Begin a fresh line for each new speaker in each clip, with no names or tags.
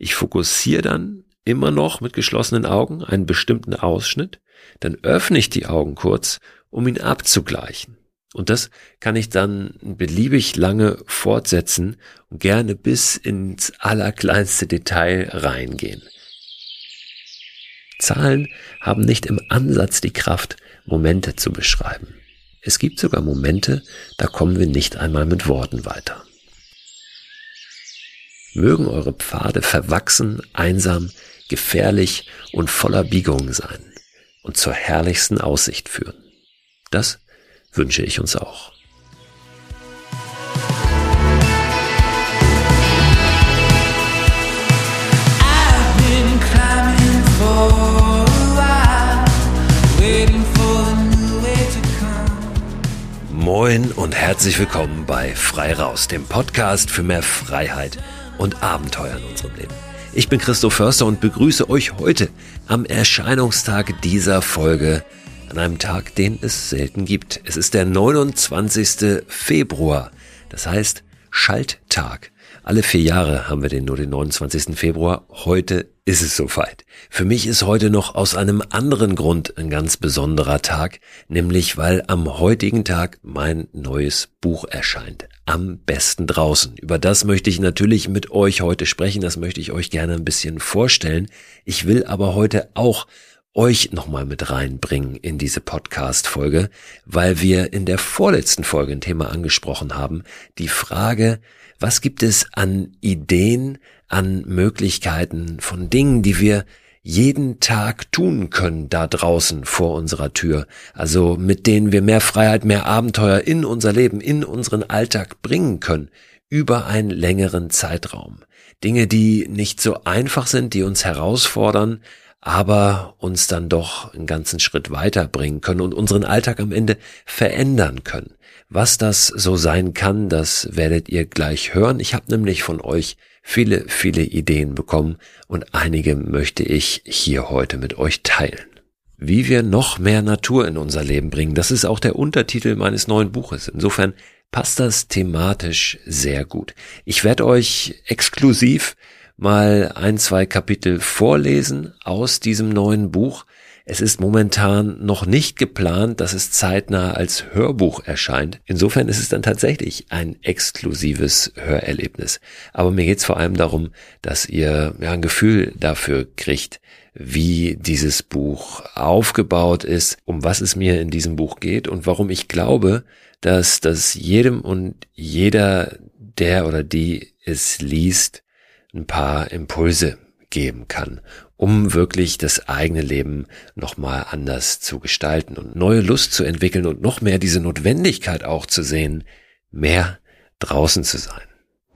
Ich fokussiere dann immer noch mit geschlossenen Augen einen bestimmten Ausschnitt, dann öffne ich die Augen kurz, um ihn abzugleichen. Und das kann ich dann beliebig lange fortsetzen und gerne bis ins allerkleinste Detail reingehen. Zahlen haben nicht im Ansatz die Kraft, Momente zu beschreiben. Es gibt sogar Momente, da kommen wir nicht einmal mit Worten weiter. Mögen eure Pfade verwachsen, einsam, gefährlich und voller Biegungen sein und zur herrlichsten Aussicht führen. Das wünsche ich uns auch. Moin und herzlich willkommen bei Frei Raus, dem Podcast für mehr Freiheit und Abenteuer in unserem Leben. Ich bin Christoph Förster und begrüße euch heute am Erscheinungstag dieser Folge, an einem Tag, den es selten gibt. Es ist der 29. Februar, das heißt Schalttag. Alle 4 Jahre haben wir nur den 29. Februar. Heute ist es soweit. Für mich ist heute noch aus einem anderen Grund ein ganz besonderer Tag, nämlich weil am heutigen Tag mein neues Buch erscheint. Am besten draußen. Über das möchte ich natürlich mit euch heute sprechen. Das möchte ich euch gerne ein bisschen vorstellen. Ich will aber heute auch euch nochmal mit reinbringen in diese Podcast-Folge, weil wir in der vorletzten Folge ein Thema angesprochen haben. Die Frage, was gibt es an Ideen, an Möglichkeiten von Dingen, die wir jeden Tag tun können da draußen vor unserer Tür, also mit denen wir mehr Freiheit, mehr Abenteuer in unser Leben, in unseren Alltag bringen können, über einen längeren Zeitraum. Dinge, die nicht so einfach sind, die uns herausfordern, aber uns dann doch einen ganzen Schritt weiterbringen können und unseren Alltag am Ende verändern können. Was das so sein kann, das werdet ihr gleich hören. Ich habe nämlich von euch viele, viele Ideen bekommen und einige möchte ich hier heute mit euch teilen. Wie wir noch mehr Natur in unser Leben bringen, das ist auch der Untertitel meines neuen Buches. Insofern passt das thematisch sehr gut. Ich werde euch exklusiv mal 1-2 Kapitel vorlesen aus diesem neuen Buch. Es ist momentan noch nicht geplant, dass es zeitnah als Hörbuch erscheint. Insofern ist es dann tatsächlich ein exklusives Hörerlebnis. Aber mir geht es vor allem darum, dass ihr ein Gefühl dafür kriegt, wie dieses Buch aufgebaut ist, um was es mir in diesem Buch geht und warum ich glaube, dass das jedem und jeder, der oder die es liest, ein paar Impulse geben kann, um wirklich das eigene Leben nochmal anders zu gestalten und neue Lust zu entwickeln und noch mehr diese Notwendigkeit auch zu sehen, mehr draußen zu sein.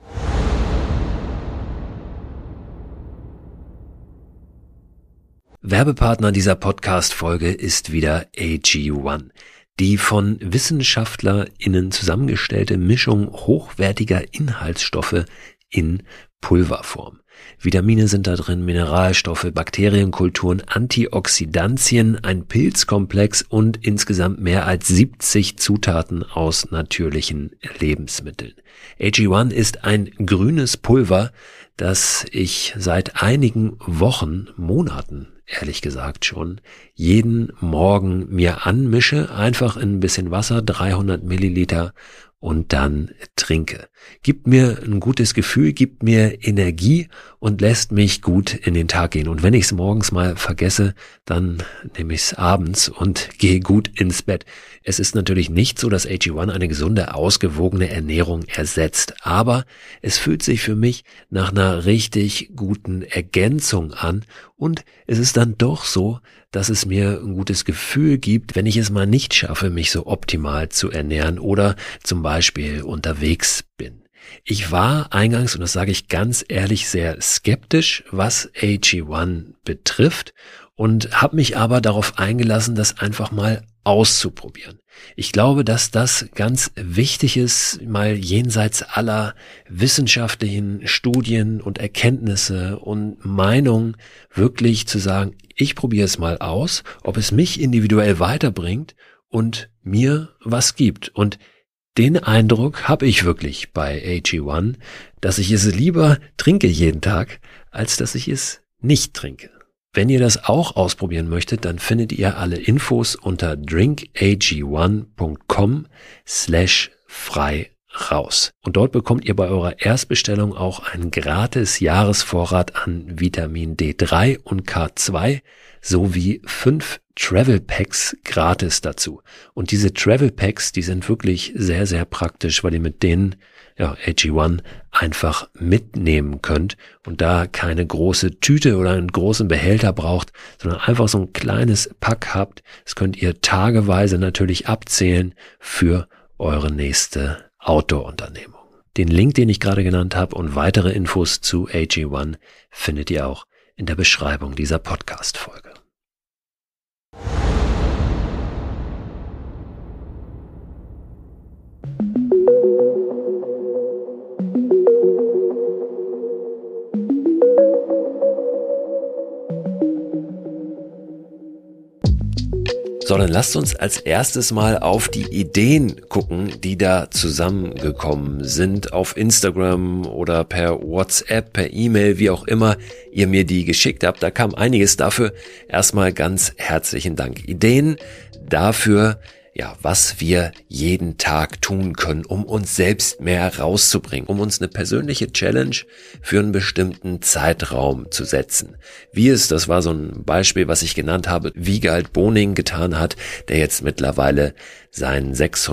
Werbepartner dieser Podcast-Folge ist wieder AG1. Die von WissenschaftlerInnen zusammengestellte Mischung hochwertiger Inhaltsstoffe in Pulverform. Vitamine sind da drin, Mineralstoffe, Bakterienkulturen, Antioxidantien, ein Pilzkomplex und insgesamt mehr als 70 Zutaten aus natürlichen Lebensmitteln. AG1 ist ein grünes Pulver, das ich seit einigen Wochen, Monaten, ehrlich gesagt schon, jeden Morgen mir anmische, einfach in ein bisschen Wasser, 300 Milliliter, und dann trinke. Gibt mir ein gutes Gefühl, gibt mir Energie und lässt mich gut in den Tag gehen. Und wenn ich es morgens mal vergesse, dann nehme ich es abends und gehe gut ins Bett. Es ist natürlich nicht so, dass AG1 eine gesunde, ausgewogene Ernährung ersetzt, aber es fühlt sich für mich nach einer richtig guten Ergänzung an und es ist dann doch so, dass es mir ein gutes Gefühl gibt, wenn ich es mal nicht schaffe, mich so optimal zu ernähren oder zum Beispiel unterwegs bin. Ich war eingangs, und das sage ich ganz ehrlich, sehr skeptisch, was AG1 betrifft und habe mich aber darauf eingelassen, das einfach mal auszuprobieren. Ich glaube, dass das ganz wichtig ist, mal jenseits aller wissenschaftlichen Studien und Erkenntnisse und Meinungen wirklich zu sagen, ich probiere es mal aus, ob es mich individuell weiterbringt und mir was gibt. Und Den Eindruck habe ich wirklich bei AG1, dass ich es lieber trinke jeden Tag, als dass ich es nicht trinke. Wenn ihr das auch ausprobieren möchtet, dann findet ihr alle Infos unter drinkag1.com/frei raus. Und dort bekommt ihr bei eurer Erstbestellung auch einen gratis Jahresvorrat an Vitamin D3 und K2 sowie 5 Travel Packs gratis dazu. Und diese Travel Packs, die sind wirklich sehr, sehr praktisch, weil ihr mit denen AG1 einfach mitnehmen könnt und da keine große Tüte oder einen großen Behälter braucht, sondern einfach so ein kleines Pack habt. Das könnt ihr tageweise natürlich abzählen für eure nächste Outdoor-Unternehmung. Den Link, den ich gerade genannt habe und weitere Infos zu AG1 findet ihr auch in der Beschreibung dieser Podcast-Folge. So, dann lasst uns als erstes mal auf die Ideen gucken, die da zusammengekommen sind auf Instagram oder per WhatsApp, per E-Mail, wie auch immer ihr mir die geschickt habt. Da kam einiges dafür. Erstmal ganz herzlichen Dank. Ideen dafür, was wir jeden Tag tun können, um uns selbst mehr rauszubringen, um uns eine persönliche Challenge für einen bestimmten Zeitraum zu setzen. Wie es, das war so ein Beispiel, was ich genannt habe, Wiegald Boning getan hat, der jetzt mittlerweile seinen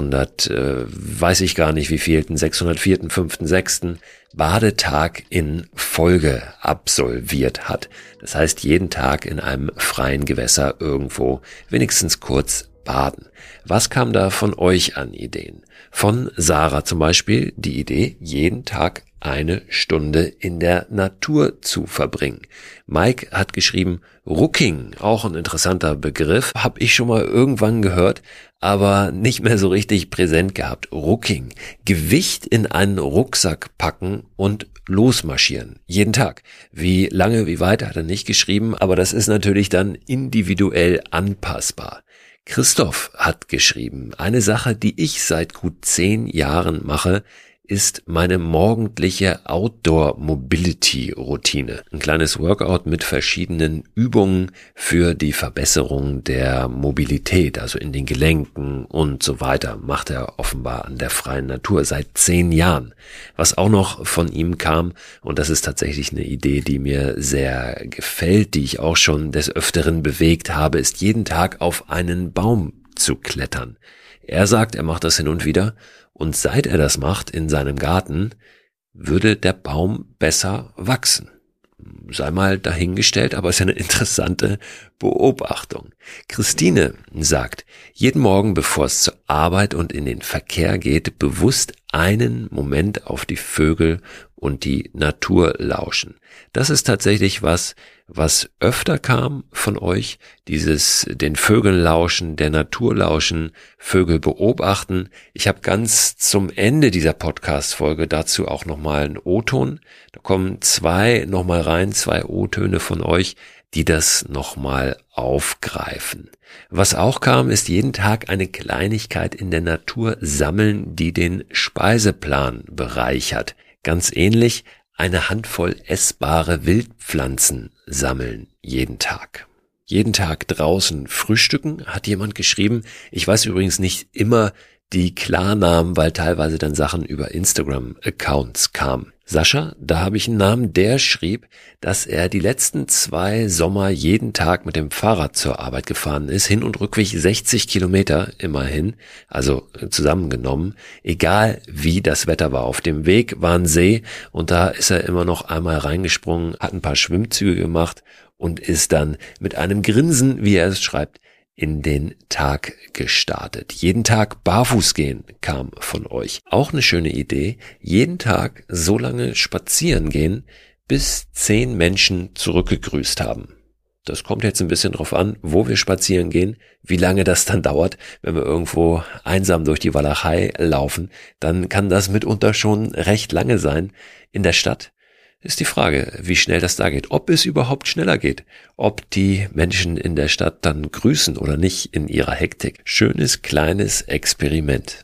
604., 5., 6. Badetag in Folge absolviert hat. Das heißt, jeden Tag in einem freien Gewässer irgendwo wenigstens kurz baden. Was kam da von euch an Ideen? Von Sarah zum Beispiel die Idee, jeden Tag 1 Stunde in der Natur zu verbringen. Mike hat geschrieben, Rucking, auch ein interessanter Begriff, habe ich schon mal irgendwann gehört, aber nicht mehr so richtig präsent gehabt. Rucking, Gewicht in einen Rucksack packen und losmarschieren, jeden Tag. Wie lange, wie weit hat er nicht geschrieben, aber das ist natürlich dann individuell anpassbar. Christoph hat geschrieben, eine Sache, die ich seit gut 10 Jahren mache, ist meine morgendliche Outdoor-Mobility-Routine. Ein kleines Workout mit verschiedenen Übungen für die Verbesserung der Mobilität, also in den Gelenken und so weiter, macht er offenbar an der freien Natur seit 10 Jahren. Was auch noch von ihm kam, und das ist tatsächlich eine Idee, die mir sehr gefällt, die ich auch schon des Öfteren bewegt habe, ist jeden Tag auf einen Baum zu klettern. Er sagt, er macht das hin und wieder, und seit er das macht in seinem Garten, würde der Baum besser wachsen. Sei mal dahingestellt, aber es ist eine interessante Beobachtung. Christine sagt, jeden Morgen, bevor es zur Arbeit und in den Verkehr geht, bewusst einen Moment auf die Vögel und die Natur lauschen. Das ist tatsächlich was öfter kam von euch, dieses den Vögeln lauschen, der Natur lauschen, Vögel beobachten. Ich habe ganz zum Ende dieser Podcast-Folge dazu auch nochmal einen O-Ton. Da kommen 2 nochmal rein, 2 O-Töne von euch, die das nochmal aufgreifen. Was auch kam, ist jeden Tag eine Kleinigkeit in der Natur sammeln, die den Speiseplan bereichert. Ganz ähnlich eine Handvoll essbare Wildpflanzen sammeln jeden Tag. Jeden Tag draußen frühstücken, hat jemand geschrieben. Ich weiß übrigens nicht immer die Klarnamen, weil teilweise dann Sachen über Instagram-Accounts kamen. Sascha, da habe ich einen Namen, der schrieb, dass er die letzten 2 Sommer jeden Tag mit dem Fahrrad zur Arbeit gefahren ist, Hin- und Rückweg 60 Kilometer immerhin, also zusammengenommen, egal wie das Wetter war. Auf dem Weg war ein See und da ist er immer noch einmal reingesprungen, hat ein paar Schwimmzüge gemacht und ist dann mit einem Grinsen, wie er es schreibt, in den Tag gestartet. Jeden Tag barfuß gehen kam von euch. Auch eine schöne Idee. Jeden Tag so lange spazieren gehen, bis 10 Menschen zurückgegrüßt haben. Das kommt jetzt ein bisschen drauf an, wo wir spazieren gehen, wie lange das dann dauert. Wenn wir irgendwo einsam durch die Walachei laufen, dann kann das mitunter schon recht lange sein. In der Stadt ist die Frage, wie schnell das da geht, ob es überhaupt schneller geht, ob die Menschen in der Stadt dann grüßen oder nicht in ihrer Hektik. Schönes kleines Experiment.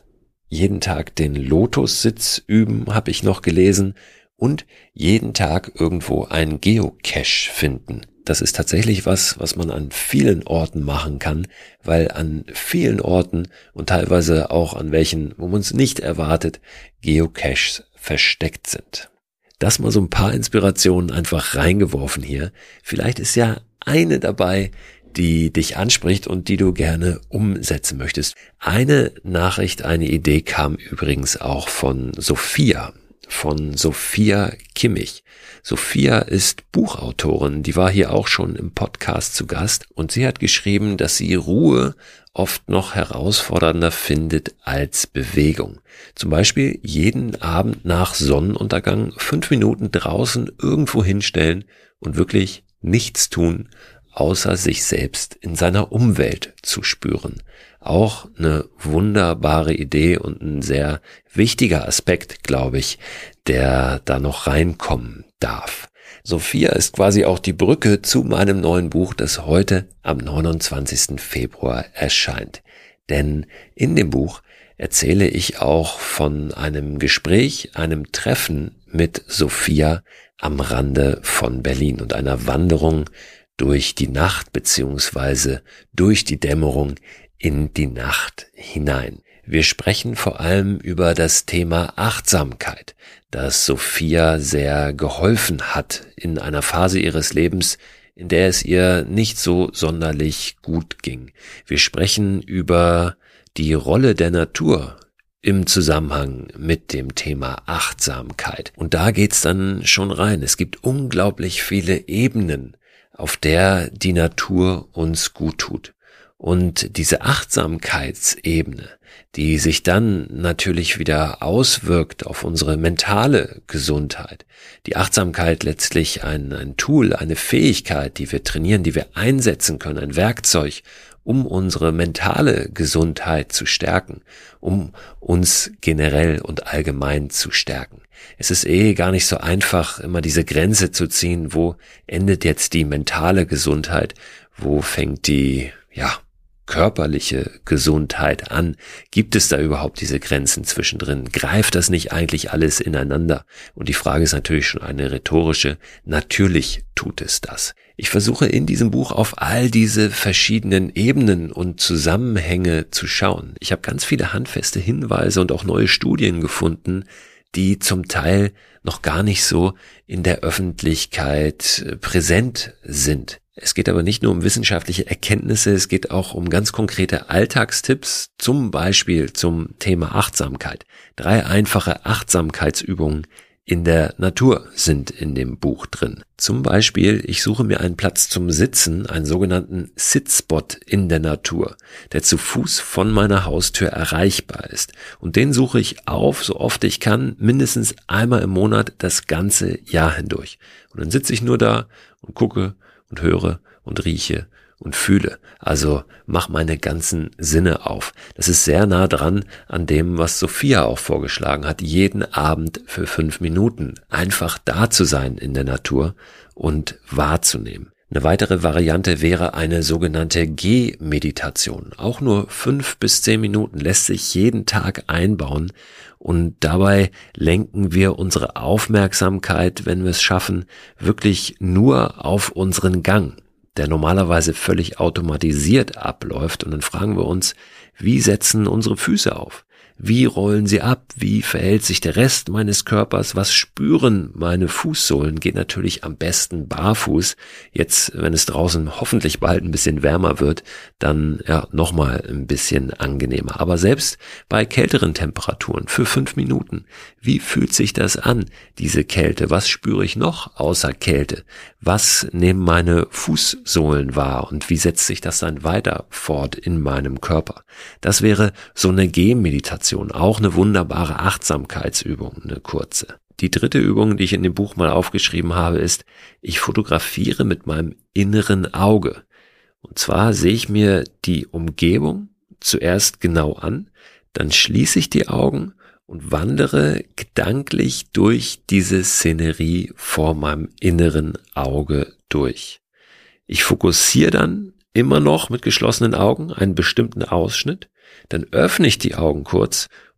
jeden Tag den Lotussitz üben, habe ich noch gelesen, und jeden Tag irgendwo einen Geocache finden. Das ist tatsächlich was man an vielen Orten machen kann, weil an vielen Orten und teilweise auch an welchen, wo man es nicht erwartet, Geocaches versteckt sind. Das mal so ein paar Inspirationen einfach reingeworfen hier. Vielleicht ist ja eine dabei, die dich anspricht und die du gerne umsetzen möchtest. Eine Nachricht, eine Idee kam übrigens auch von Sophia Kimmich. Sophia ist Buchautorin, die war hier auch schon im Podcast zu Gast und sie hat geschrieben, dass sie Ruhe oft noch herausfordernder findet als Bewegung. Zum Beispiel jeden Abend nach Sonnenuntergang 5 Minuten draußen irgendwo hinstellen und wirklich nichts tun, außer sich selbst in seiner Umwelt zu spüren. Auch eine wunderbare Idee und ein sehr wichtiger Aspekt, glaube ich, der da noch reinkommen darf. Sophia ist quasi auch die Brücke zu meinem neuen Buch, das heute am 29. Februar erscheint. Denn in dem Buch erzähle ich auch von einem Gespräch, einem Treffen mit Sophia am Rande von Berlin und einer Wanderung durch die Nacht beziehungsweise durch die Dämmerung in die Nacht hinein. Wir sprechen vor allem über das Thema Achtsamkeit, das Sophia sehr geholfen hat in einer Phase ihres Lebens, in der es ihr nicht so sonderlich gut ging. Wir sprechen über die Rolle der Natur im Zusammenhang mit dem Thema Achtsamkeit. Und da geht's dann schon rein. Es gibt unglaublich viele Ebenen, auf der die Natur uns gut tut. Und diese Achtsamkeitsebene, die sich dann natürlich wieder auswirkt auf unsere mentale Gesundheit. Die Achtsamkeit letztlich ein Tool, eine Fähigkeit, die wir trainieren, die wir einsetzen können, ein Werkzeug, um unsere mentale Gesundheit zu stärken, um uns generell und allgemein zu stärken. Es ist gar nicht so einfach, immer diese Grenze zu ziehen, wo endet jetzt die mentale Gesundheit, wo fängt die, körperliche Gesundheit an? Gibt es da überhaupt diese Grenzen zwischendrin? Greift das nicht eigentlich alles ineinander? Und die Frage ist natürlich schon eine rhetorische. Natürlich tut es das. Ich versuche in diesem Buch auf all diese verschiedenen Ebenen und Zusammenhänge zu schauen. Ich habe ganz viele handfeste Hinweise und auch neue Studien gefunden, die zum Teil noch gar nicht so in der Öffentlichkeit präsent sind. Es geht aber nicht nur um wissenschaftliche Erkenntnisse, es geht auch um ganz konkrete Alltagstipps, zum Beispiel zum Thema Achtsamkeit. 3 einfache Achtsamkeitsübungen in der Natur sind in dem Buch drin. Zum Beispiel, ich suche mir einen Platz zum Sitzen, einen sogenannten Sitzspot in der Natur, der zu Fuß von meiner Haustür erreichbar ist. Und den suche ich auf, so oft ich kann, mindestens einmal im Monat das ganze Jahr hindurch. Und dann sitze ich nur da und gucke und höre und rieche und fühle. Also mach meine ganzen Sinne auf. Das ist sehr nah dran an dem, was Sophia auch vorgeschlagen hat, jeden Abend für 5 Minuten einfach da zu sein in der Natur und wahrzunehmen. Eine weitere Variante wäre eine sogenannte Gehmeditation. Auch nur 5 bis 10 Minuten lässt sich jeden Tag einbauen und dabei lenken wir unsere Aufmerksamkeit, wenn wir es schaffen, wirklich nur auf unseren Gang, der normalerweise völlig automatisiert abläuft, und dann fragen wir uns, wie setzen unsere Füße auf? Wie rollen sie ab? Wie verhält sich der Rest meines Körpers? Was spüren meine Fußsohlen? Geht natürlich am besten barfuß. Jetzt, wenn es draußen hoffentlich bald ein bisschen wärmer wird, dann nochmal ein bisschen angenehmer. Aber selbst bei kälteren Temperaturen für 5 Minuten, wie fühlt sich das an, diese Kälte? Was spüre ich noch außer Kälte? Was nehmen meine Fußsohlen wahr und wie setzt sich das dann weiter fort in meinem Körper? Das wäre so eine Gehmeditation, auch eine wunderbare Achtsamkeitsübung, eine kurze. Die dritte Übung, die ich in dem Buch mal aufgeschrieben habe, ist, ich fotografiere mit meinem inneren Auge. Und zwar sehe ich mir die Umgebung zuerst genau an, dann schließe ich die Augen und wandere gedanklich durch diese Szenerie vor meinem inneren Auge durch. Ich fokussiere dann immer noch mit geschlossenen Augen einen bestimmten Ausschnitt, dann öffne ich die Augen kurz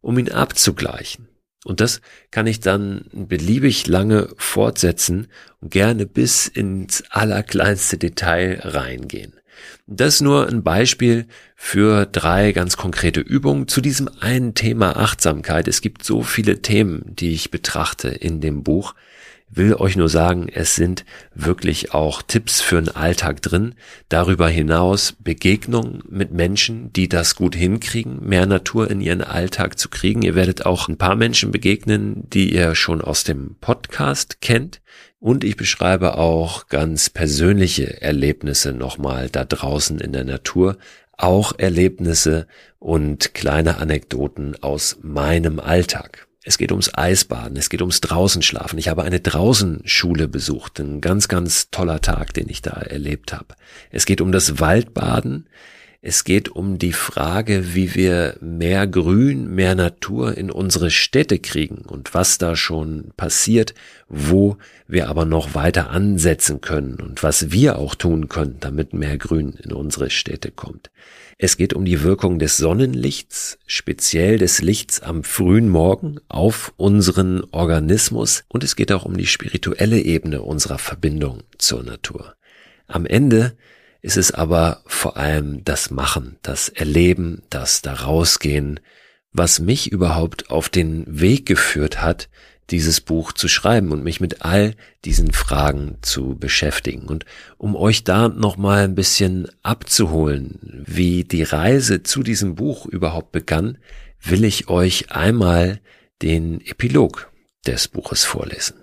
um ihn abzugleichen. Und das kann ich dann beliebig lange fortsetzen und gerne bis ins allerkleinste Detail reingehen. Das ist nur ein Beispiel für 3 ganz konkrete Übungen zu diesem einen Thema Achtsamkeit. Es gibt so viele Themen, die ich betrachte in dem Buch. Will euch nur sagen, es sind wirklich auch Tipps für den Alltag drin. Darüber hinaus Begegnungen mit Menschen, die das gut hinkriegen, mehr Natur in ihren Alltag zu kriegen. Ihr werdet auch ein paar Menschen begegnen, die ihr schon aus dem Podcast kennt. Und ich beschreibe auch ganz persönliche Erlebnisse nochmal da draußen in der Natur. Auch Erlebnisse und kleine Anekdoten aus meinem Alltag. Es geht ums Eisbaden, es geht ums Draußenschlafen. Ich habe eine Draußenschule besucht, ein ganz, ganz toller Tag, den ich da erlebt habe. Es geht um das Waldbaden, es geht um die Frage, wie wir mehr Grün, mehr Natur in unsere Städte kriegen und was da schon passiert, wo wir aber noch weiter ansetzen können und was wir auch tun können, damit mehr Grün in unsere Städte kommt. Es geht um die Wirkung des Sonnenlichts, speziell des Lichts am frühen Morgen auf unseren Organismus, und es geht auch um die spirituelle Ebene unserer Verbindung zur Natur. Am Ende ist es aber vor allem das Machen, das Erleben, das da rausgehen, was mich überhaupt auf den Weg geführt hat, dieses Buch zu schreiben und mich mit all diesen Fragen zu beschäftigen. Und um euch da nochmal ein bisschen abzuholen, wie die Reise zu diesem Buch überhaupt begann, will ich euch einmal den Epilog des Buches vorlesen.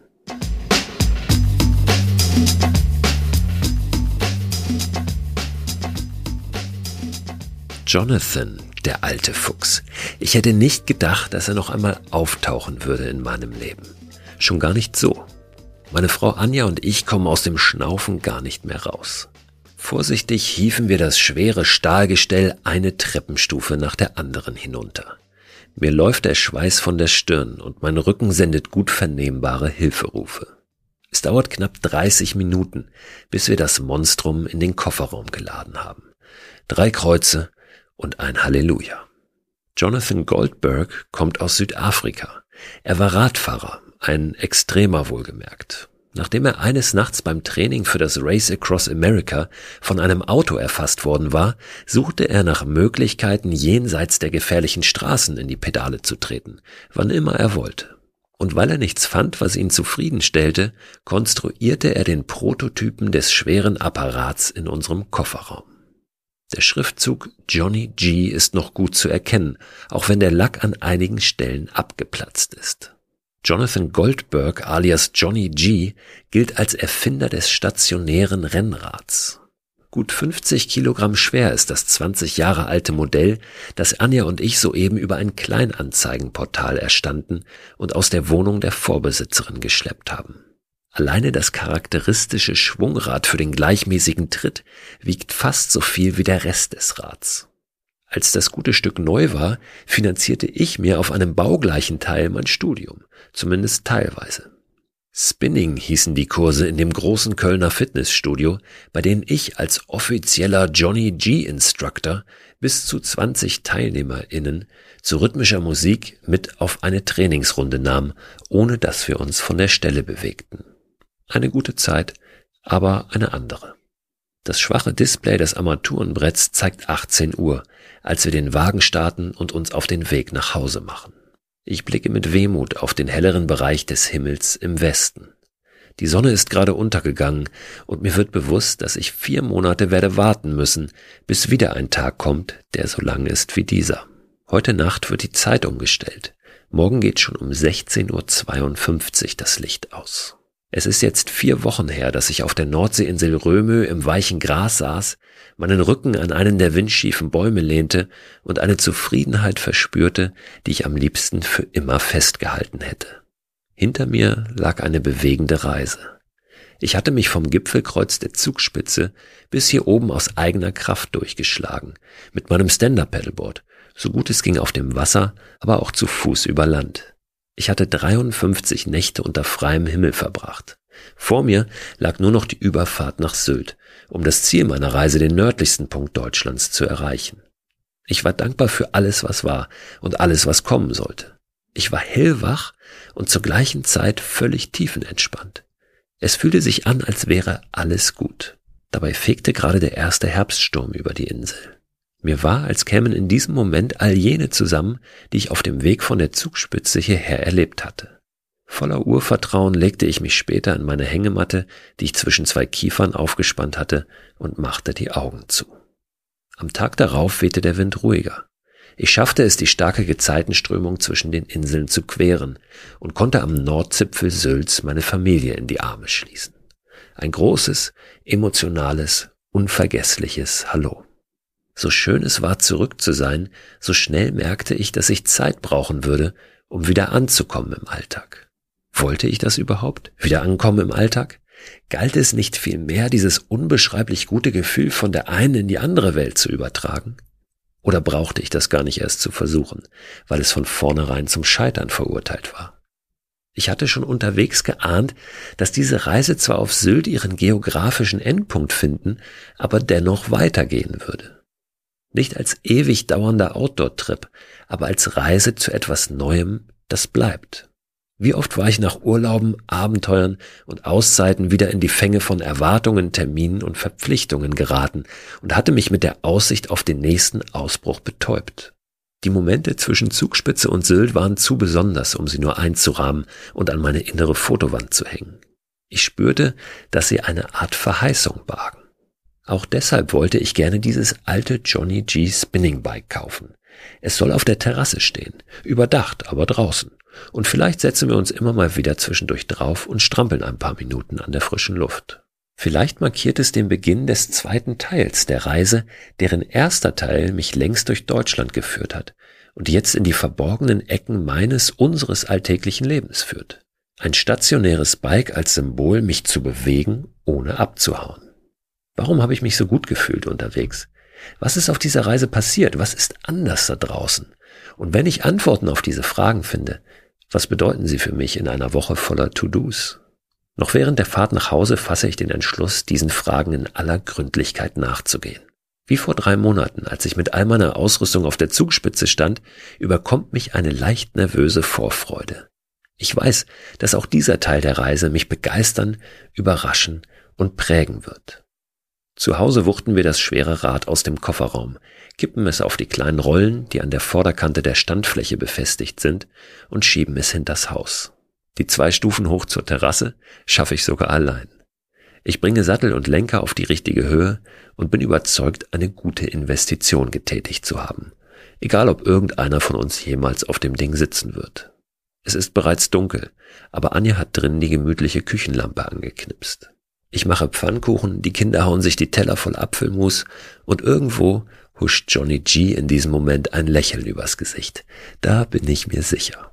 Jonathan, der alte Fuchs. Ich hätte nicht gedacht, dass er noch einmal auftauchen würde in meinem Leben. Schon gar nicht so. Meine Frau Anja und ich kommen aus dem Schnaufen gar nicht mehr raus. Vorsichtig hieven wir das schwere Stahlgestell eine Treppenstufe nach der anderen hinunter. Mir läuft der Schweiß von der Stirn und mein Rücken sendet gut vernehmbare Hilferufe. Es dauert knapp 30 Minuten, bis wir das Monstrum in den Kofferraum geladen haben. 3 Kreuze und ein Halleluja. Jonathan Goldberg kommt aus Südafrika. Er war Radfahrer, ein Extremer wohlgemerkt. Nachdem er eines Nachts beim Training für das Race Across America von einem Auto erfasst worden war, suchte er nach Möglichkeiten, jenseits der gefährlichen Straßen in die Pedale zu treten, wann immer er wollte. Und weil er nichts fand, was ihn zufriedenstellte, konstruierte er den Prototypen des schweren Apparats in unserem Kofferraum. Der Schriftzug Johnny G ist noch gut zu erkennen, auch wenn der Lack an einigen Stellen abgeplatzt ist. Jonathan Goldberg alias Johnny G gilt als Erfinder des stationären Rennrads. Gut 50 Kilogramm schwer ist das 20 Jahre alte Modell, das Anja und ich soeben über ein Kleinanzeigenportal erstanden und aus der Wohnung der Vorbesitzerin geschleppt haben. Alleine das charakteristische Schwungrad für den gleichmäßigen Tritt wiegt fast so viel wie der Rest des Rads. Als das gute Stück neu war, finanzierte ich mir auf einem baugleichen Teil mein Studium, zumindest teilweise. Spinning hießen die Kurse in dem großen Kölner Fitnessstudio, bei denen ich als offizieller Johnny G Instructor bis zu 20 TeilnehmerInnen zu rhythmischer Musik mit auf eine Trainingsrunde nahm, ohne dass wir uns von der Stelle bewegten. Eine gute Zeit, aber eine andere. Das schwache Display des Armaturenbretts zeigt 18 Uhr, als wir den Wagen starten und uns auf den Weg nach Hause machen. Ich blicke mit Wehmut auf den helleren Bereich des Himmels im Westen. Die Sonne ist gerade untergegangen und mir wird bewusst, dass ich 4 Monate werde warten müssen, bis wieder ein Tag kommt, der so lang ist wie dieser. Heute Nacht wird die Zeit umgestellt. Morgen geht schon um 16:52 Uhr das Licht aus. Es ist jetzt 4 Wochen her, dass ich auf der Nordseeinsel Römö im weichen Gras saß, meinen Rücken an einen der windschiefen Bäume lehnte und eine Zufriedenheit verspürte, die ich am liebsten für immer festgehalten hätte. Hinter mir lag eine bewegende Reise. Ich hatte mich vom Gipfelkreuz der Zugspitze bis hier oben aus eigener Kraft durchgeschlagen, mit meinem Stand-Up-Paddleboard, so gut es ging auf dem Wasser, aber auch zu Fuß über Land. Ich hatte 53 Nächte unter freiem Himmel verbracht. Vor mir lag nur noch die Überfahrt nach Sylt, um das Ziel meiner Reise, den nördlichsten Punkt Deutschlands, zu erreichen. Ich war dankbar für alles, was war und alles, was kommen sollte. Ich war hellwach und zur gleichen Zeit völlig tiefenentspannt. Es fühlte sich an, als wäre alles gut. Dabei fegte gerade der erste Herbststurm über die Insel. Mir war, als kämen in diesem Moment all jene zusammen, die ich auf dem Weg von der Zugspitze hierher erlebt hatte. Voller Urvertrauen legte ich mich später in meine Hängematte, die ich zwischen zwei Kiefern aufgespannt hatte, und machte die Augen zu. Am Tag darauf wehte der Wind ruhiger. Ich schaffte es, die starke Gezeitenströmung zwischen den Inseln zu queren und konnte am Nordzipfel Sylts meine Familie in die Arme schließen. Ein großes, emotionales, unvergessliches Hallo. So schön es war, zurück zu sein, so schnell merkte ich, dass ich Zeit brauchen würde, um wieder anzukommen im Alltag. Wollte ich das überhaupt? Wieder ankommen im Alltag? Galt es nicht vielmehr, dieses unbeschreiblich gute Gefühl von der einen in die andere Welt zu übertragen? Oder brauchte ich das gar nicht erst zu versuchen, weil es von vornherein zum Scheitern verurteilt war? Ich hatte schon unterwegs geahnt, dass diese Reise zwar auf Sylt ihren geografischen Endpunkt finden, aber dennoch weitergehen würde. Nicht als ewig dauernder Outdoor-Trip, aber als Reise zu etwas Neuem, das bleibt. Wie oft war ich nach Urlauben, Abenteuern und Auszeiten wieder in die Fänge von Erwartungen, Terminen und Verpflichtungen geraten und hatte mich mit der Aussicht auf den nächsten Ausbruch betäubt. Die Momente zwischen Zugspitze und Sylt waren zu besonders, um sie nur einzurahmen und an meine innere Fotowand zu hängen. Ich spürte, dass sie eine Art Verheißung bargen. Auch deshalb wollte ich gerne dieses alte Johnny G Spinning Bike kaufen. Es soll auf der Terrasse stehen, überdacht, aber draußen. Und vielleicht setzen wir uns immer mal wieder zwischendurch drauf und strampeln ein paar Minuten an der frischen Luft. Vielleicht markiert es den Beginn des zweiten Teils der Reise, deren erster Teil mich längst durch Deutschland geführt hat und jetzt in die verborgenen Ecken unseres alltäglichen Lebens führt. Ein stationäres Bike als Symbol, mich zu bewegen, ohne abzuhauen. Warum habe ich mich so gut gefühlt unterwegs? Was ist auf dieser Reise passiert? Was ist anders da draußen? Und wenn ich Antworten auf diese Fragen finde, was bedeuten sie für mich in einer Woche voller To-Dos? Noch während der Fahrt nach Hause fasse ich den Entschluss, diesen Fragen in aller Gründlichkeit nachzugehen. Wie vor 3 Monaten, als ich mit all meiner Ausrüstung auf der Zugspitze stand, überkommt mich eine leicht nervöse Vorfreude. Ich weiß, dass auch dieser Teil der Reise mich begeistern, überraschen und prägen wird. Zu Hause wuchten wir das schwere Rad aus dem Kofferraum, kippen es auf die kleinen Rollen, die an der Vorderkante der Standfläche befestigt sind, und schieben es hinters Haus. Die 2 Stufen hoch zur Terrasse schaffe ich sogar allein. Ich bringe Sattel und Lenker auf die richtige Höhe und bin überzeugt, eine gute Investition getätigt zu haben. Egal, ob irgendeiner von uns jemals auf dem Ding sitzen wird. Es ist bereits dunkel, aber Anja hat drinnen die gemütliche Küchenlampe angeknipst. Ich mache Pfannkuchen, die Kinder hauen sich die Teller voll Apfelmus und irgendwo huscht Johnny G in diesem Moment ein Lächeln übers Gesicht. Da bin ich mir sicher.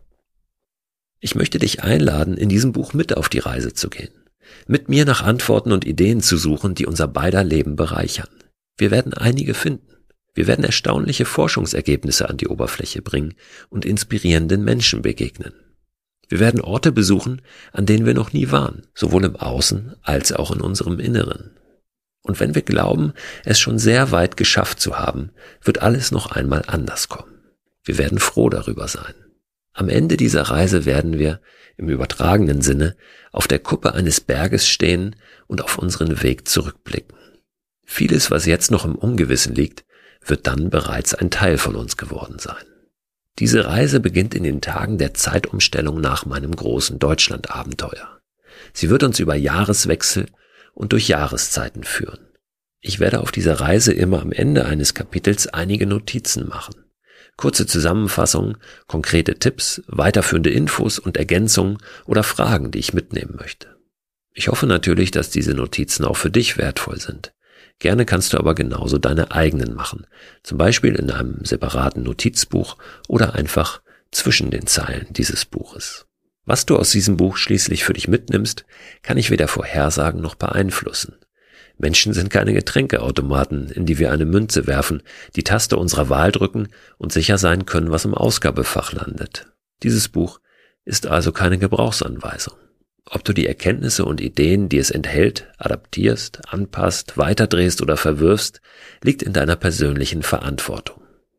Ich möchte dich einladen, in diesem Buch mit auf die Reise zu gehen. Mit mir nach Antworten und Ideen zu suchen, die unser beider Leben bereichern. Wir werden einige finden. Wir werden erstaunliche Forschungsergebnisse an die Oberfläche bringen und inspirierenden Menschen begegnen. Wir werden Orte besuchen, an denen wir noch nie waren, sowohl im Außen als auch in unserem Inneren. Und wenn wir glauben, es schon sehr weit geschafft zu haben, wird alles noch einmal anders kommen. Wir werden froh darüber sein. Am Ende dieser Reise werden wir, im übertragenen Sinne, auf der Kuppe eines Berges stehen und auf unseren Weg zurückblicken. Vieles, was jetzt noch im Ungewissen liegt, wird dann bereits ein Teil von uns geworden sein. Diese Reise beginnt in den Tagen der Zeitumstellung nach meinem großen Deutschland-Abenteuer. Sie wird uns über Jahreswechsel und durch Jahreszeiten führen. Ich werde auf dieser Reise immer am Ende eines Kapitels einige Notizen machen. Kurze Zusammenfassungen, konkrete Tipps, weiterführende Infos und Ergänzungen oder Fragen, die ich mitnehmen möchte. Ich hoffe natürlich, dass diese Notizen auch für dich wertvoll sind. Gerne kannst du aber genauso deine eigenen machen, zum Beispiel in einem separaten Notizbuch oder einfach zwischen den Zeilen dieses Buches. Was du aus diesem Buch schließlich für dich mitnimmst, kann ich weder vorhersagen noch beeinflussen. Menschen sind keine Getränkeautomaten, in die wir eine Münze werfen, die Taste unserer Wahl drücken und sicher sein können, was im Ausgabefach landet. Dieses Buch ist also keine Gebrauchsanweisung. Ob du die Erkenntnisse und Ideen, die es enthält, adaptierst, anpasst, weiterdrehst oder verwirfst, liegt in deiner persönlichen Verantwortung.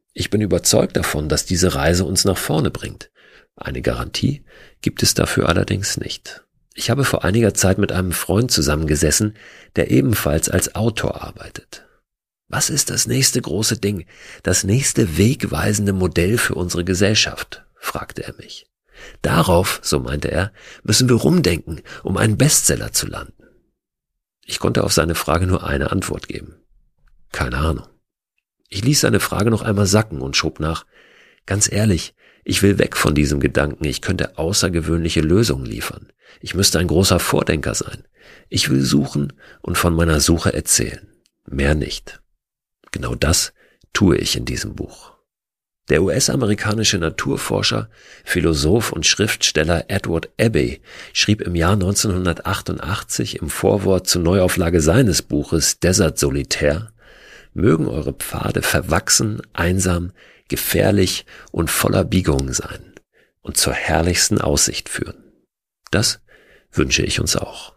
Ich bin überzeugt davon, dass diese Reise uns nach vorne bringt. Eine Garantie gibt es dafür allerdings nicht. Ich habe vor einiger Zeit mit einem Freund zusammengesessen, der ebenfalls als Autor arbeitet. Was ist das nächste große Ding, das nächste wegweisende Modell für unsere Gesellschaft? Fragte er mich. Darauf, so meinte er, müssen wir rumdenken, um einen Bestseller zu landen. Ich konnte auf seine Frage nur eine Antwort geben. Keine Ahnung. Ich ließ seine Frage noch einmal sacken und schob nach. Ganz ehrlich, ich will weg von diesem Gedanken, ich könnte außergewöhnliche Lösungen liefern. Ich müsste ein großer Vordenker sein. Ich will suchen und von meiner Suche erzählen. Mehr nicht. Genau das tue ich in diesem Buch. Der US-amerikanische Naturforscher, Philosoph und Schriftsteller Edward Abbey schrieb im Jahr 1988 im Vorwort zur Neuauflage seines Buches Desert Solitär: Mögen eure Pfade verwachsen, einsam, gefährlich und voller Biegungen sein und zur herrlichsten Aussicht führen. Das wünsche ich uns auch.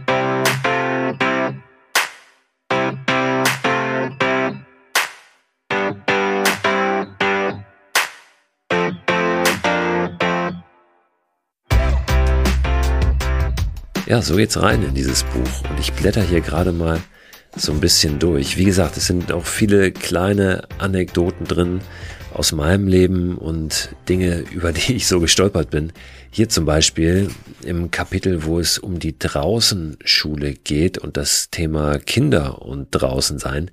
Ja, so geht's rein in dieses Buch und ich blätter hier gerade mal so ein bisschen durch. Wie gesagt, es sind auch viele kleine Anekdoten drin aus meinem Leben und Dinge, über die ich so gestolpert bin. Hier zum Beispiel im Kapitel, wo es um die Draußenschule geht und das Thema Kinder und draußen sein.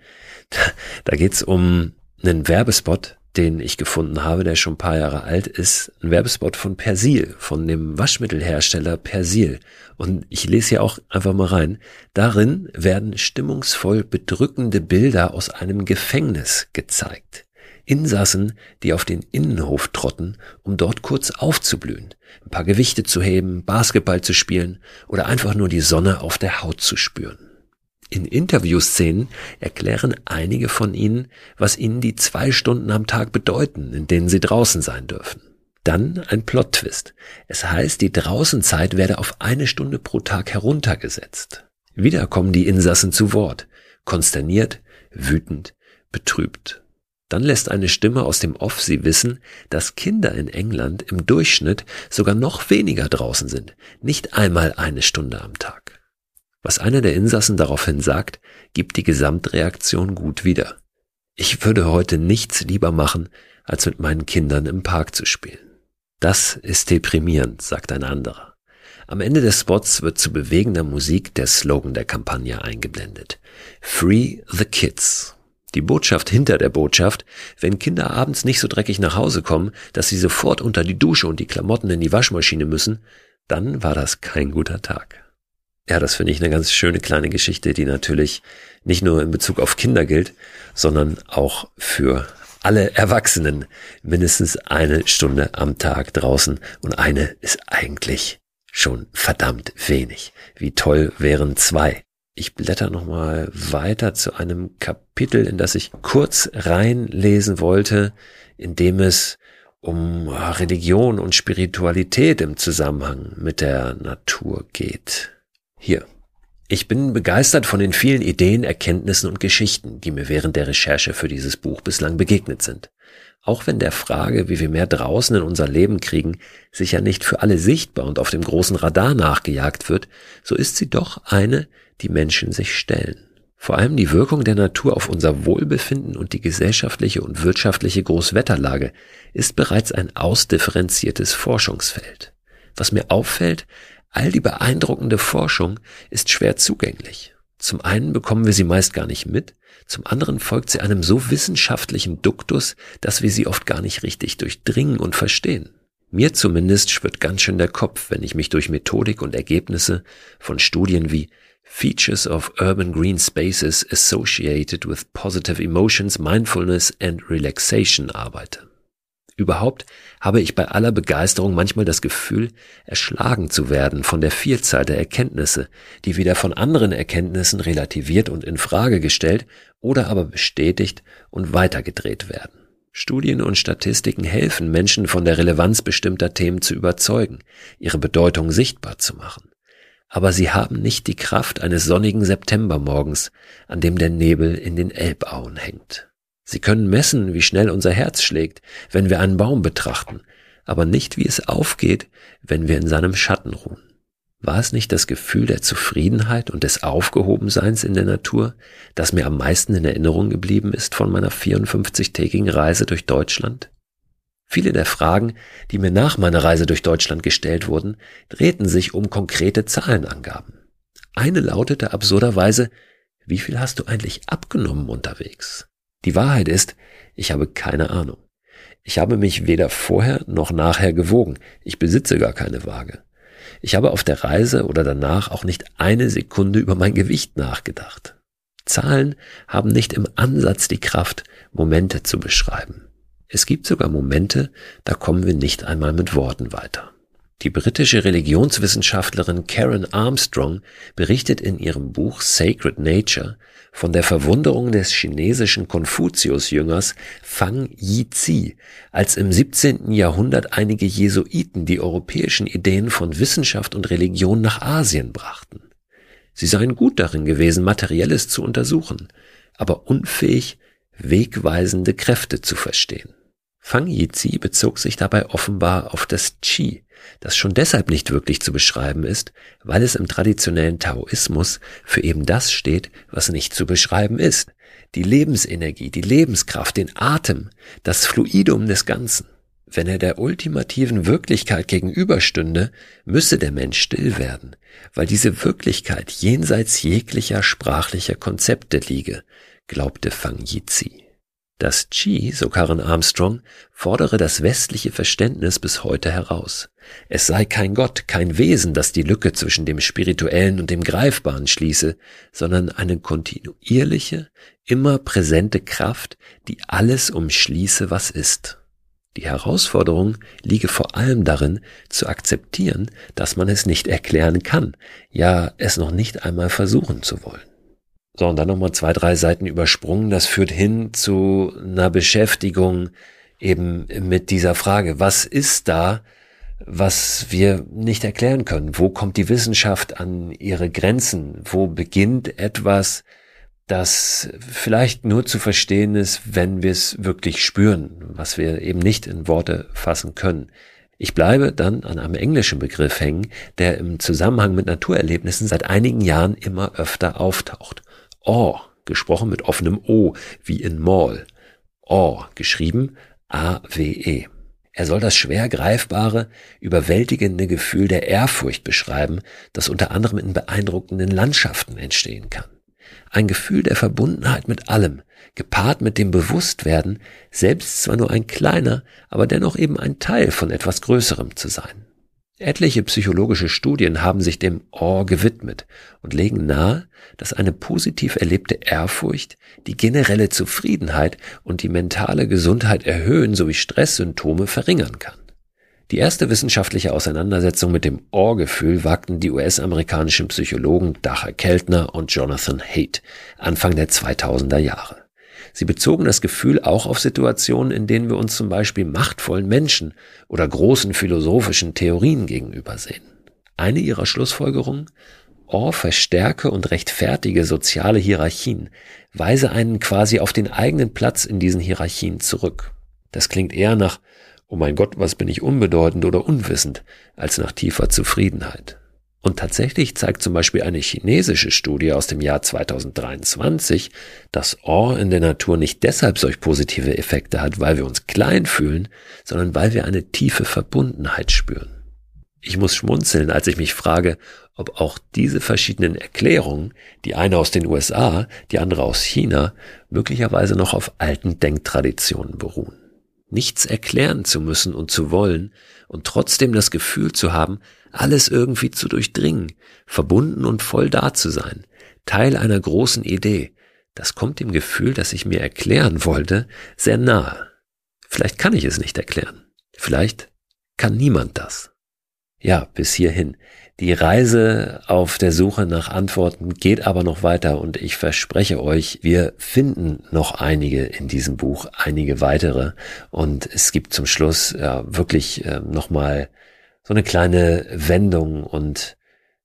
Da geht's um einen Werbespot, den ich gefunden habe, der schon ein paar Jahre alt ist. Ein Werbespot von Persil, von dem Waschmittelhersteller Persil. Und ich lese hier auch einfach mal rein. Darin werden stimmungsvoll bedrückende Bilder aus einem Gefängnis gezeigt. Insassen, die auf den Innenhof trotten, um dort kurz aufzublühen, ein paar Gewichte zu heben, Basketball zu spielen oder einfach nur die Sonne auf der Haut zu spüren. In Interviewszenen erklären einige von ihnen, was ihnen die 2 Stunden am Tag bedeuten, in denen sie draußen sein dürfen. Dann ein Plot-Twist. Es heißt, die Draußenzeit werde auf 1 Stunde pro Tag heruntergesetzt. Wieder kommen die Insassen zu Wort. Konsterniert, wütend, betrübt. Dann lässt eine Stimme aus dem Off sie wissen, dass Kinder in England im Durchschnitt sogar noch weniger draußen sind. Nicht einmal 1 Stunde am Tag. Was einer der Insassen daraufhin sagt, gibt die Gesamtreaktion gut wieder. Ich würde heute nichts lieber machen, als mit meinen Kindern im Park zu spielen. Das ist deprimierend, sagt ein anderer. Am Ende des Spots wird zu bewegender Musik der Slogan der Kampagne eingeblendet. Free the Kids. Die Botschaft hinter der Botschaft: Wenn Kinder abends nicht so dreckig nach Hause kommen, dass sie sofort unter die Dusche und die Klamotten in die Waschmaschine müssen, dann war das kein guter Tag. Ja, das finde ich eine ganz schöne kleine Geschichte, die natürlich nicht nur in Bezug auf Kinder gilt, sondern auch für alle Erwachsenen. Mindestens 1 Stunde am Tag draußen und eine ist eigentlich schon verdammt wenig. Wie toll wären 2. Ich blätter nochmal weiter zu einem Kapitel, in das ich kurz reinlesen wollte, in dem es um Religion und Spiritualität im Zusammenhang mit der Natur geht. Hier. Ich bin begeistert von den vielen Ideen, Erkenntnissen und Geschichten, die mir während der Recherche für dieses Buch bislang begegnet sind. Auch wenn der Frage, wie wir mehr draußen in unser Leben kriegen, sicher nicht für alle sichtbar und auf dem großen Radar nachgejagt wird, so ist sie doch eine, die Menschen sich stellen. Vor allem die Wirkung der Natur auf unser Wohlbefinden und die gesellschaftliche und wirtschaftliche Großwetterlage ist bereits ein ausdifferenziertes Forschungsfeld. Was mir auffällt: All die beeindruckende Forschung ist schwer zugänglich. Zum einen bekommen wir sie meist gar nicht mit, zum anderen folgt sie einem so wissenschaftlichen Duktus, dass wir sie oft gar nicht richtig durchdringen und verstehen. Mir zumindest schwirrt ganz schön der Kopf, wenn ich mich durch Methodik und Ergebnisse von Studien wie Features of Urban Green Spaces Associated with Positive Emotions, Mindfulness and Relaxation arbeite. Überhaupt habe ich bei aller Begeisterung manchmal das Gefühl, erschlagen zu werden von der Vielzahl der Erkenntnisse, die wieder von anderen Erkenntnissen relativiert und in Frage gestellt oder aber bestätigt und weitergedreht werden. Studien und Statistiken helfen Menschen, von der Relevanz bestimmter Themen zu überzeugen, ihre Bedeutung sichtbar zu machen. Aber sie haben nicht die Kraft eines sonnigen Septembermorgens, an dem der Nebel in den Elbauen hängt. Sie können messen, wie schnell unser Herz schlägt, wenn wir einen Baum betrachten, aber nicht, wie es aufgeht, wenn wir in seinem Schatten ruhen. War es nicht das Gefühl der Zufriedenheit und des Aufgehobenseins in der Natur, das mir am meisten in Erinnerung geblieben ist von meiner 54-tägigen Reise durch Deutschland? Viele der Fragen, die mir nach meiner Reise durch Deutschland gestellt wurden, drehten sich um konkrete Zahlenangaben. Eine lautete absurderweise: Wie viel hast du eigentlich abgenommen unterwegs? Die Wahrheit ist, ich habe keine Ahnung. Ich habe mich weder vorher noch nachher gewogen. Ich besitze gar keine Waage. Ich habe auf der Reise oder danach auch nicht eine Sekunde über mein Gewicht nachgedacht. Zahlen haben nicht im Ansatz die Kraft, Momente zu beschreiben. Es gibt sogar Momente, da kommen wir nicht einmal mit Worten weiter. Die britische Religionswissenschaftlerin Karen Armstrong berichtet in ihrem Buch Sacred Nature von der Verwunderung des chinesischen Konfuzius-Jüngers Fang Yizhi, als im 17. Jahrhundert einige Jesuiten die europäischen Ideen von Wissenschaft und Religion nach Asien brachten. Sie seien gut darin gewesen, Materielles zu untersuchen, aber unfähig, wegweisende Kräfte zu verstehen. Fang Yizhi bezog sich dabei offenbar auf das Qi, das schon deshalb nicht wirklich zu beschreiben ist, weil es im traditionellen Taoismus für eben das steht, was nicht zu beschreiben ist: die Lebensenergie, die Lebenskraft, den Atem, das Fluidum des Ganzen. Wenn er der ultimativen Wirklichkeit gegenüberstünde, müsse der Mensch still werden, weil diese Wirklichkeit jenseits jeglicher sprachlicher Konzepte liege, glaubte Fang Yizhi. Das Qi, so Karen Armstrong, fordere das westliche Verständnis bis heute heraus. Es sei kein Gott, kein Wesen, das die Lücke zwischen dem Spirituellen und dem Greifbaren schließe, sondern eine kontinuierliche, immer präsente Kraft, die alles umschließe, was ist. Die Herausforderung liege vor allem darin, zu akzeptieren, dass man es nicht erklären kann, ja, es noch nicht einmal versuchen zu wollen. So, und dann nochmal 2, 3 Seiten übersprungen. Das führt hin zu einer Beschäftigung eben mit dieser Frage: Was ist da, was wir nicht erklären können? Wo kommt die Wissenschaft an ihre Grenzen? Wo beginnt etwas, das vielleicht nur zu verstehen ist, wenn wir es wirklich spüren, was wir eben nicht in Worte fassen können? Ich bleibe dann an einem englischen Begriff hängen, der im Zusammenhang mit Naturerlebnissen seit einigen Jahren immer öfter auftaucht. Awe, gesprochen mit offenem O, wie in Mall. Awe, geschrieben A-W-E. Er soll das schwer greifbare, überwältigende Gefühl der Ehrfurcht beschreiben, das unter anderem in beeindruckenden Landschaften entstehen kann. Ein Gefühl der Verbundenheit mit allem, gepaart mit dem Bewusstwerden, selbst zwar nur ein kleiner, aber dennoch eben ein Teil von etwas Größerem zu sein. Etliche psychologische Studien haben sich dem Awe gewidmet und legen nahe, dass eine positiv erlebte Ehrfurcht die generelle Zufriedenheit und die mentale Gesundheit erhöhen sowie Stresssymptome verringern kann. Die erste wissenschaftliche Auseinandersetzung mit dem Awe-Gefühl wagten die US-amerikanischen Psychologen Dacher Keltner und Jonathan Haidt Anfang der 2000er Jahre. Sie bezogen das Gefühl auch auf Situationen, in denen wir uns zum Beispiel machtvollen Menschen oder großen philosophischen Theorien gegenübersehen. Eine ihrer Schlussfolgerungen: Awe verstärke und rechtfertige soziale Hierarchien, weise einen quasi auf den eigenen Platz in diesen Hierarchien zurück. Das klingt eher nach „Oh mein Gott, was bin ich unbedeutend oder unwissend", als nach tiefer Zufriedenheit. Und tatsächlich zeigt zum Beispiel eine chinesische Studie aus dem Jahr 2023, dass Awe in der Natur nicht deshalb solch positive Effekte hat, weil wir uns klein fühlen, sondern weil wir eine tiefe Verbundenheit spüren. Ich muss schmunzeln, als ich mich frage, ob auch diese verschiedenen Erklärungen, die eine aus den USA, die andere aus China, möglicherweise noch auf alten Denktraditionen beruhen. Nichts erklären zu müssen und zu wollen und trotzdem das Gefühl zu haben, alles irgendwie zu durchdringen, verbunden und voll da zu sein, Teil einer großen Idee. Das kommt dem Gefühl, das ich mir erklären wollte, sehr nahe. Vielleicht kann ich es nicht erklären. Vielleicht kann niemand das. Ja, bis hierhin. Die Reise auf der Suche nach Antworten geht aber noch weiter und ich verspreche euch, wir finden noch einige in diesem Buch, einige weitere, und es gibt zum Schluss wirklich nochmal so eine kleine Wendung und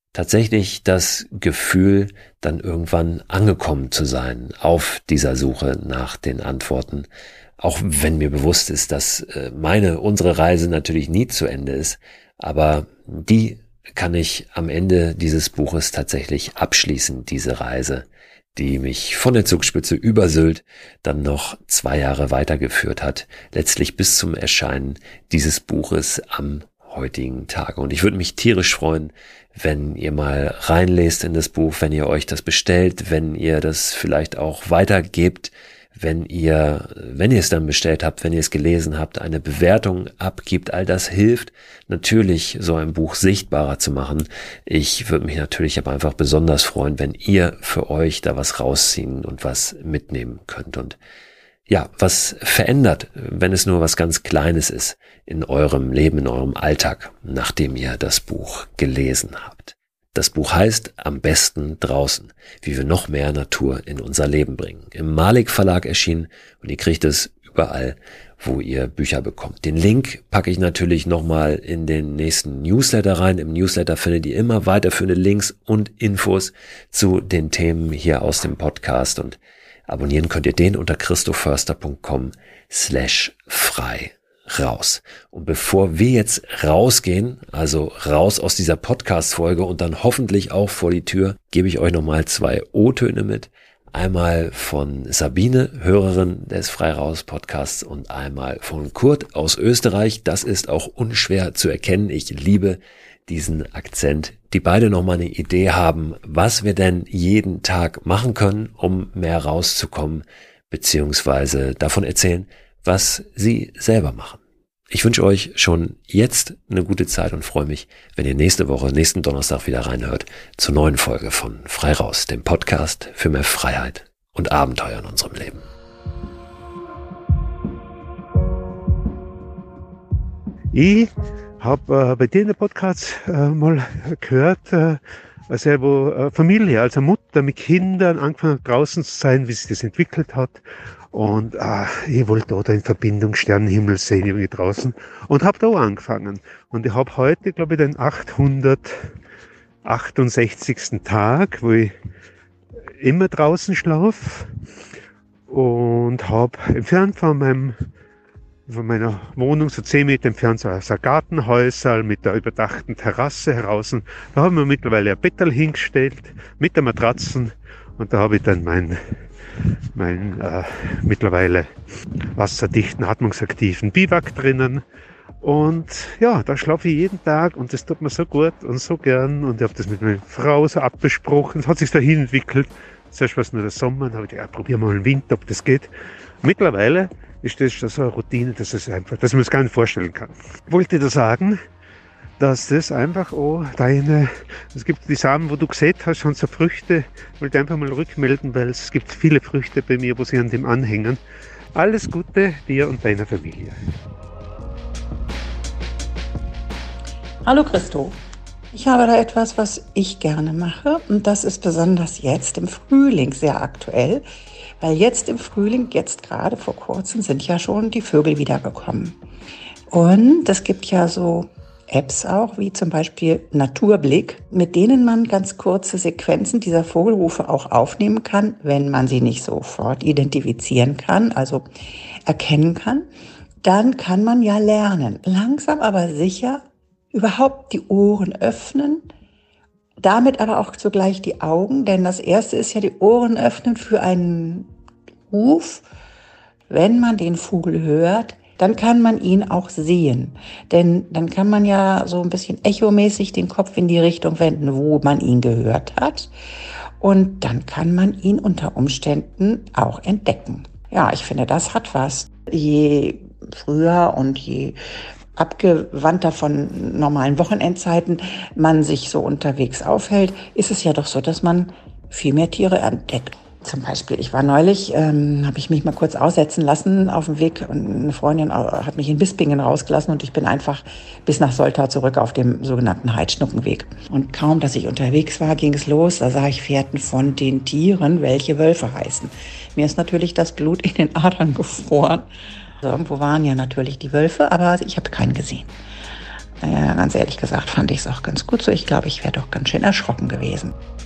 tatsächlich das Gefühl, dann irgendwann angekommen zu sein auf dieser Suche nach den Antworten. Auch wenn mir bewusst ist, dass unsere Reise natürlich nie zu Ende ist, aber die kann ich am Ende dieses Buches tatsächlich abschließen, diese Reise, die mich von der Zugspitze über Sylt dann noch 2 Jahre weitergeführt hat, letztlich bis zum Erscheinen dieses Buches am heutigen Tage. Und ich würde mich tierisch freuen, wenn ihr mal reinlest in das Buch, wenn ihr euch das bestellt, wenn ihr das vielleicht auch weitergebt, wenn ihr es dann bestellt habt, wenn ihr es gelesen habt, eine Bewertung abgibt. All das hilft natürlich, so ein Buch sichtbarer zu machen. Ich würde mich natürlich aber einfach besonders freuen, wenn ihr für euch da was rausziehen und was mitnehmen könnt. Und ja, was verändert, wenn es nur was ganz Kleines ist in eurem Leben, in eurem Alltag, nachdem ihr das Buch gelesen habt. Das Buch heißt Am besten draußen, wie wir noch mehr Natur in unser Leben bringen. Im Malik Verlag erschienen und ihr kriegt es überall, wo ihr Bücher bekommt. Den Link packe ich natürlich nochmal in den nächsten Newsletter rein. Im Newsletter findet ihr immer weiterführende Links und Infos zu den Themen hier aus dem Podcast und abonnieren könnt ihr den unter christoförster.com/frei. Raus. Und bevor wir jetzt rausgehen, also raus aus dieser Podcast-Folge und dann hoffentlich auch vor die Tür, gebe ich euch nochmal 2 O-Töne mit. Einmal von Sabine, Hörerin des Frei Raus Podcasts, und einmal von Kurt aus Österreich. Das ist auch unschwer zu erkennen. Ich liebe diesen Akzent. Die beide nochmal eine Idee haben, was wir denn jeden Tag machen können, um mehr rauszukommen, beziehungsweise davon erzählen, was sie selber machen. Ich wünsche euch schon jetzt eine gute Zeit und freue mich, wenn ihr nächsten Donnerstag wieder reinhört zur neuen Folge von Frei Raus, dem Podcast für mehr Freiheit und Abenteuer in unserem Leben.
Ich habe bei dir in der Podcast mal gehört, wo Familie, also Mutter mit Kindern angefangen hat, draußen zu sein, wie sich das entwickelt hat. Und ich wollte da in Verbindung Sternenhimmel sehen, irgendwie draußen. Und habe da auch angefangen. Und ich habe heute, glaube ich, den 868. Tag, wo ich immer draußen schlafe. Und habe entfernt von meiner Wohnung, so 10 Meter entfernt, so ein Gartenhäuser mit der überdachten Terrasse heraus. Da haben wir mittlerweile ein Bettel hingestellt mit der Matratzen. Und da habe ich dann mein mittlerweile wasserdichten, atmungsaktiven Biwak drinnen. Und ja, da schlafe ich jeden Tag und das tut mir so gut und so gern. Und ich habe das mit meiner Frau so abgesprochen. Es hat sich dahin entwickelt. Zuerst war es nur der Sommer, dann habe ich gedacht, probier mal im Winter, ob das geht. Mittlerweile ist das so eine Routine, dass man es gar nicht vorstellen kann. Ich wollte dir sagen, dass das einfach auch es gibt die Samen, wo du gesät hast, schon so Früchte, ich wollte einfach mal rückmelden, weil es gibt viele Früchte bei mir, wo sie an dem anhängen. Alles Gute dir und deiner Familie.
Hallo Christo, ich habe da etwas, was ich gerne mache, und das ist besonders jetzt im Frühling sehr aktuell, weil jetzt im Frühling, jetzt gerade vor kurzem, sind ja schon die Vögel wiedergekommen. Und es gibt ja so Apps auch, wie zum Beispiel Naturblick, mit denen man ganz kurze Sequenzen dieser Vogelrufe auch aufnehmen kann, wenn man sie nicht sofort identifizieren kann, also erkennen kann. Dann kann man ja lernen, langsam aber sicher überhaupt die Ohren öffnen, damit aber auch zugleich die Augen, denn das erste ist ja die Ohren öffnen für einen Ruf. Wenn man den Vogel hört, dann kann man ihn auch sehen. Denn dann kann man ja so ein bisschen echomäßig den Kopf in die Richtung wenden, wo man ihn gehört hat. Und dann kann man ihn unter Umständen auch entdecken. Ja, ich finde, das hat was. Je früher und je abgewandter von normalen Wochenendzeiten man sich so unterwegs aufhält, ist es ja doch so, dass man viel mehr Tiere entdeckt. Zum Beispiel, ich war neulich, habe ich mich mal kurz aussetzen lassen auf dem Weg, und eine Freundin hat mich in Bispingen rausgelassen und ich bin einfach bis nach Soltau zurück auf dem sogenannten Heidschnuckenweg. Und kaum, dass ich unterwegs war, ging es los, da sah ich Fährten von den Tieren, welche Wölfe heißen. Mir ist natürlich das Blut in den Adern gefroren. Also irgendwo waren ja natürlich die Wölfe, aber ich habe keinen gesehen. Naja, ganz ehrlich gesagt fand ich es auch ganz gut so. Ich glaube, ich wäre doch ganz schön erschrocken gewesen.